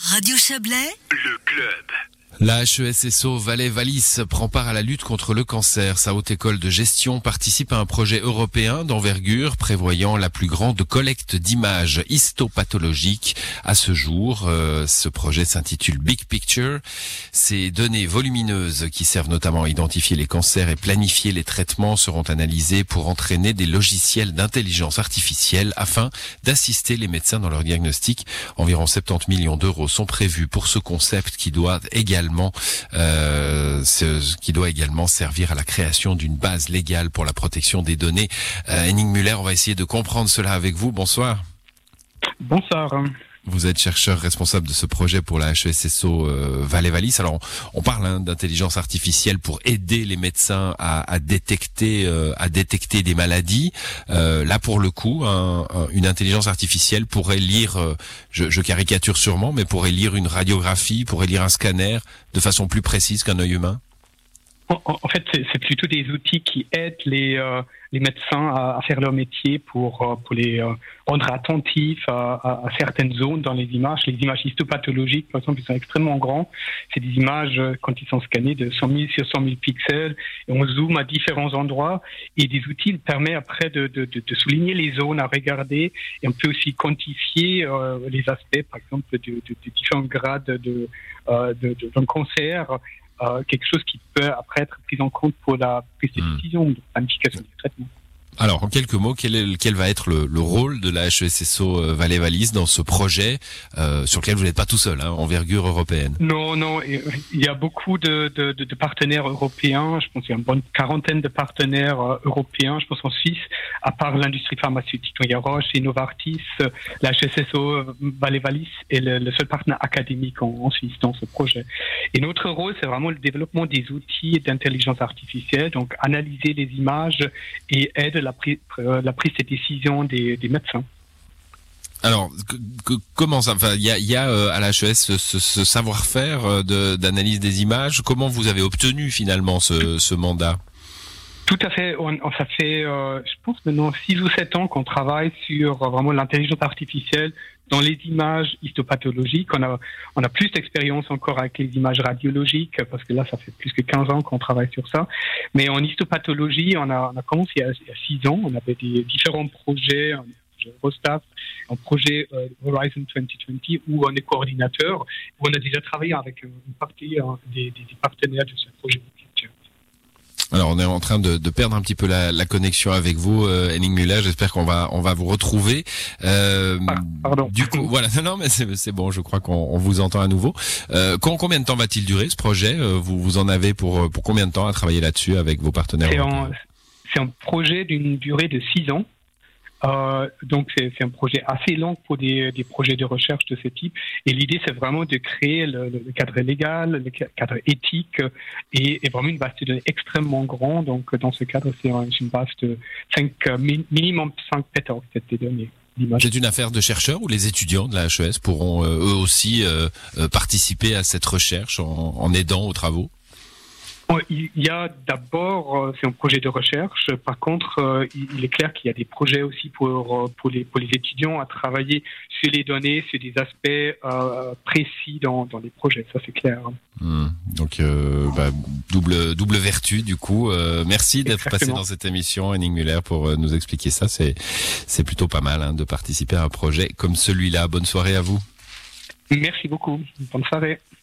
Radio Chablais, le club. La HESSO Valais-Wallis prend part à la lutte contre le cancer. Sa haute école de gestion participe à un projet européen d'envergure prévoyant la plus grande collecte d'images histopathologiques à ce jour. Ce projet s'intitule Big Picture. Ces données volumineuses qui servent notamment à identifier les cancers et planifier les traitements seront analysées pour entraîner des logiciels d'intelligence artificielle afin d'assister les médecins dans leur diagnostic. Environ 70 millions d'euros sont prévus pour ce concept qui doit également servir à la création d'une base légale pour la protection des données. Henning Muller, on va essayer de comprendre cela avec vous. Bonsoir. Bonsoir. Vous êtes chercheur responsable de ce projet pour la HESSO Valais-Wallis. Alors, on parle d'intelligence artificielle pour aider les médecins à détecter des maladies. Là, pour le coup, une intelligence artificielle pourrait lire, je caricature sûrement, mais pourrait lire une radiographie, pourrait lire un scanner de façon plus précise qu'un œil humain. En fait, c'est plutôt des outils qui aident les médecins à faire leur métier pour les rendre attentifs à certaines zones dans les images. Les images histopathologiques, par exemple, ils sont extrêmement grands. C'est des images, quand ils sont scannés, de 100 000 sur 100 000 pixels. Et on zoome à différents endroits. Et des outils permettent après de souligner les zones à regarder. Et on peut aussi quantifier les aspects, par exemple, de différents grades d'un cancer. Quelque chose qui peut après être pris en compte pour la prise de décision, de planification du traitement. Alors, en quelques mots, quel va être le rôle de la HESSO Valais-Wallis dans ce projet sur lequel vous n'êtes pas tout seul, envergure européenne? Non, il y a beaucoup de partenaires européens. Je pense qu'il y a une bonne quarantaine de partenaires européens. Je pense en Suisse, à part l'industrie pharmaceutique, il y a Roche et Novartis. La HESSO Valais-Wallis est le seul partenaire académique en Suisse dans ce projet. Et notre rôle, c'est vraiment le développement des outils d'intelligence artificielle, donc analyser les images et aider la prise de décision des médecins. Alors, comment ça? Enfin, il y a à la HES ce savoir-faire d'analyse des images. Comment vous avez obtenu finalement ce mandat? Tout à fait. Ça fait, je pense maintenant 6 ou 7 ans qu'on travaille sur vraiment l'intelligence artificielle dans les images histopathologiques. On a plus d'expérience encore avec les images radiologiques parce que là, ça fait plus que 15 ans qu'on travaille sur ça. Mais en histopathologie, on a commencé il y a 6 ans. On avait des différents projets, un projet Rostaf, un projet Horizon 2020 où on est coordinateur, où on a déjà travaillé avec une partie des partenaires de ce projet. Alors, on est en train de perdre un petit peu la connexion avec vous, Henning Muller. J'espère qu'on va vous retrouver. Pardon. Du coup, voilà. Non, mais c'est bon. Je crois qu'on vous entend à nouveau. Combien de temps va-t-il durer ce projet? Vous en avez pour combien de temps à travailler là-dessus avec vos partenaires? C'est un projet d'une durée de 6 ans. Donc c'est un projet assez long pour des projets de recherche de ce type. Et l'idée, c'est vraiment de créer le cadre légal, le cadre éthique et vraiment une base de données extrêmement grande. Donc dans ce cadre, c'est une base de minimum 5 pétaoctets de données. C'est une affaire de chercheurs ou les étudiants de la HES pourront eux aussi participer à cette recherche en aidant aux travaux? Il y a d'abord, c'est un projet de recherche. Par contre, il est clair qu'il y a des projets aussi pour les étudiants à travailler sur les données, sur des aspects précis dans les projets. Ça, c'est clair. Donc, double vertu du coup. Merci d'être passé dans cette émission, Henning Muller, pour nous expliquer ça. C'est plutôt pas mal de participer à un projet comme celui-là. Bonne soirée à vous. Merci beaucoup. Bonne soirée.